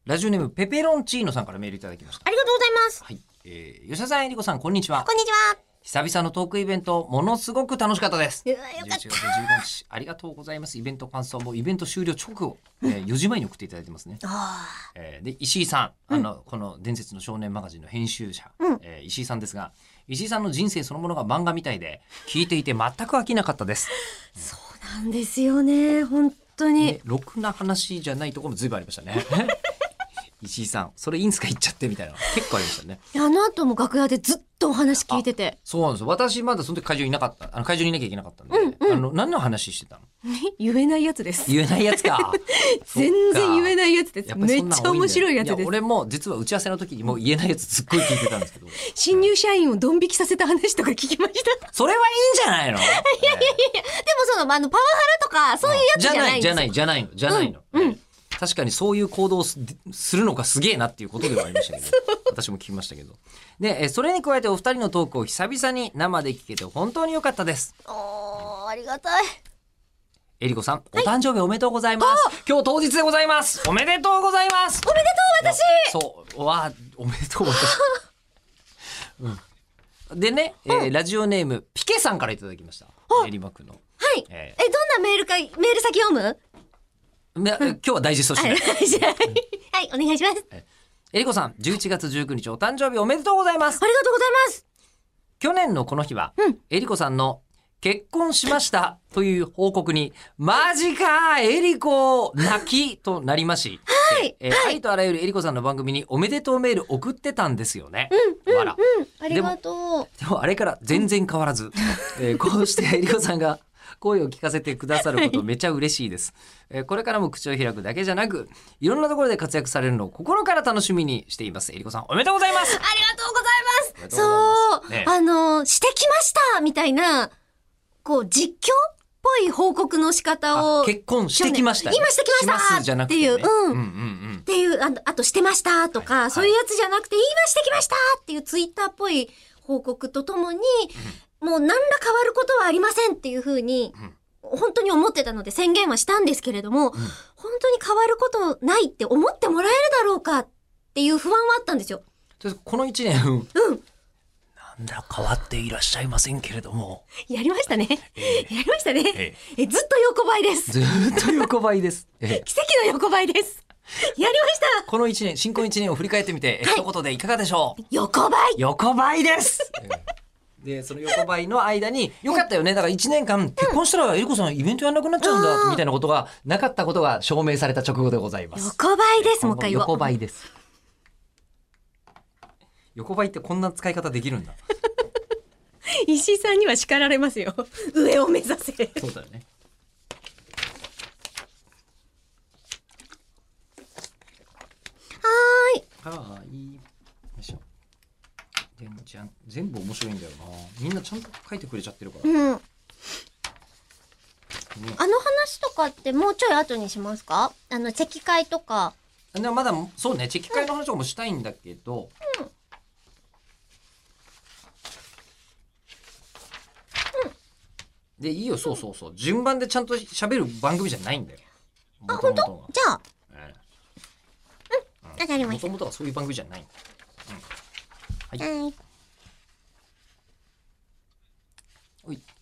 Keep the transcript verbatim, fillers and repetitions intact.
ラジオネームペペロンチーノさんからメールいただきました。 ありがとうございます。 はい、えー、吉田さん、えりこさん、こんにちは。 こんにちは。 久々のトークイベント、ものすごく楽しかったです。 うわ、よかった。 じゅういちがつじゅうごにち、ありがとうございます。イベント感想もイベント終了直後、えー、よじまえに送っていただいてますね。えー、で、石井さん、あの、うん、この伝説の少年マガジンの編集者、うん、えー、石井さんですが、石井さんの人生そのものが漫画みたいで、聞いていて全く飽きなかったです。 そうなんですよね、本当に。 ね、ろくな話じゃないところも随分ありましたね。石井さん、それいいんすか言っちゃってみたいな結構ありましたね。 あの後も楽屋でずっとお話聞いてて。 そうなんですよ。私まだその時会場にいなかった。あの会場にいなきゃいけなかったんで、うんうん、あの何の話してたの？ 言えないやつです。 言えないやつか。 全然言えないやつです。めっちゃ面白いやつです。 いや俺も実は打ち合わせの時にもう言えないやつすっごい聞いてたんですけど。 新入社員をドン引きさせた話とか聞きました。 それはいいんじゃないの？いやいやいやいや。でもそのあのパワハラとかそういうやつじゃないんですよ。 じゃないじゃないじゃないのじゃないの。うん。うん確かにそういう行動を す, するのがすげえなっていうことではありましたけど私も聞きましたけどでそれに加えてお二人のトークを久々に生で聞けて本当に良かったです。 おーありがたい。 えりこさん、お誕生日おめでとうございます。今日当日でございます。おめでとうございます。 おめでとう私。 そうわおめでとう私、うん、でね、えーうん、ラジオネームピケさんからいただきました。練馬区のはい、えー、えどんなメールかメール先読む？ 今日はダイジェストしない。 はい、お願いします。 えりこさん、じゅういちがつじゅうくにちお誕生日おめでとうございます。 ありがとうございます。 去年のこの日は、うん、えりこさんの結婚しましたという報告に、マジかえりこ泣きとなりまし、 はい、 えーはい、ありとあらゆるえりこさんの番組におめでとうメール送ってたんですよね。 うん、わら、うん、ありがとう。 でも、でもあれから全然変わらず、えー、こうしてえりこさんが声を聞かせてくださることめちゃ嬉しいです、えー、これからも口を開くだけじゃなくいろんなところで活躍されるのを心から楽しみにしています。えりこさんおめでとうございます。 ありがとうございます。そう、ね、あのしてきましたみたいなこう実況っぽい報告の仕方を結婚してきました、 ね、今してきましたっていう、 ね、うんうんうんうんっていうああとしてましたとか、はい、そういうやつじゃなくて今してきましたっていうツイッターっぽい報告とともに、うん、もう何ら変わることはありませんっていうふうに、うん、本当に思ってたので宣言はしたんですけれども、うん、本当に変わることないって思ってもらえるだろうかっていう不安はあったんですよ。 このいちねん、 うん、 なんだ変わっていらっしゃいませんけれどもやりましたね、えー、やりましたね、えー、えずっと横ばいです。 ずっと横ばいです、 えー、奇跡の横ばいです。やりました。 このいちねん新婚いちねんを振り返ってみて、はい、一言でいかがでしょう？ 横ばい横ばいです、えー、でその横ばいの間によかったよね。だからいちねんかん結婚したらえりこさんイベントやんなくなっちゃうんだみたいなことがなかったことが証明された直後でございます。 横ばいです。もう一回言おう。 横ばいです。横ばいってこんな使い方できるんだ。 石井さんには叱られますよ。上を目指せ。 そうだよね。 はーい。 はーい。よいしょ。でもじゃ全部面白いんだよな。みんなちゃんと書いてくれちゃってるから。 うん。ね、あの話とかってもうちょい後にしますか？あのチェキ会とか。 でもまだそうね、チェキ会の話とかもしたいんだけど。 うん。 でいいよ、そうそうそう、順番でちゃんと喋る番組じゃないんだよ。 あ、本当？じゃあ、ええ、うん、わかりました。 もともとはそういう番組じゃないんだ。うん、はい。はい。おい。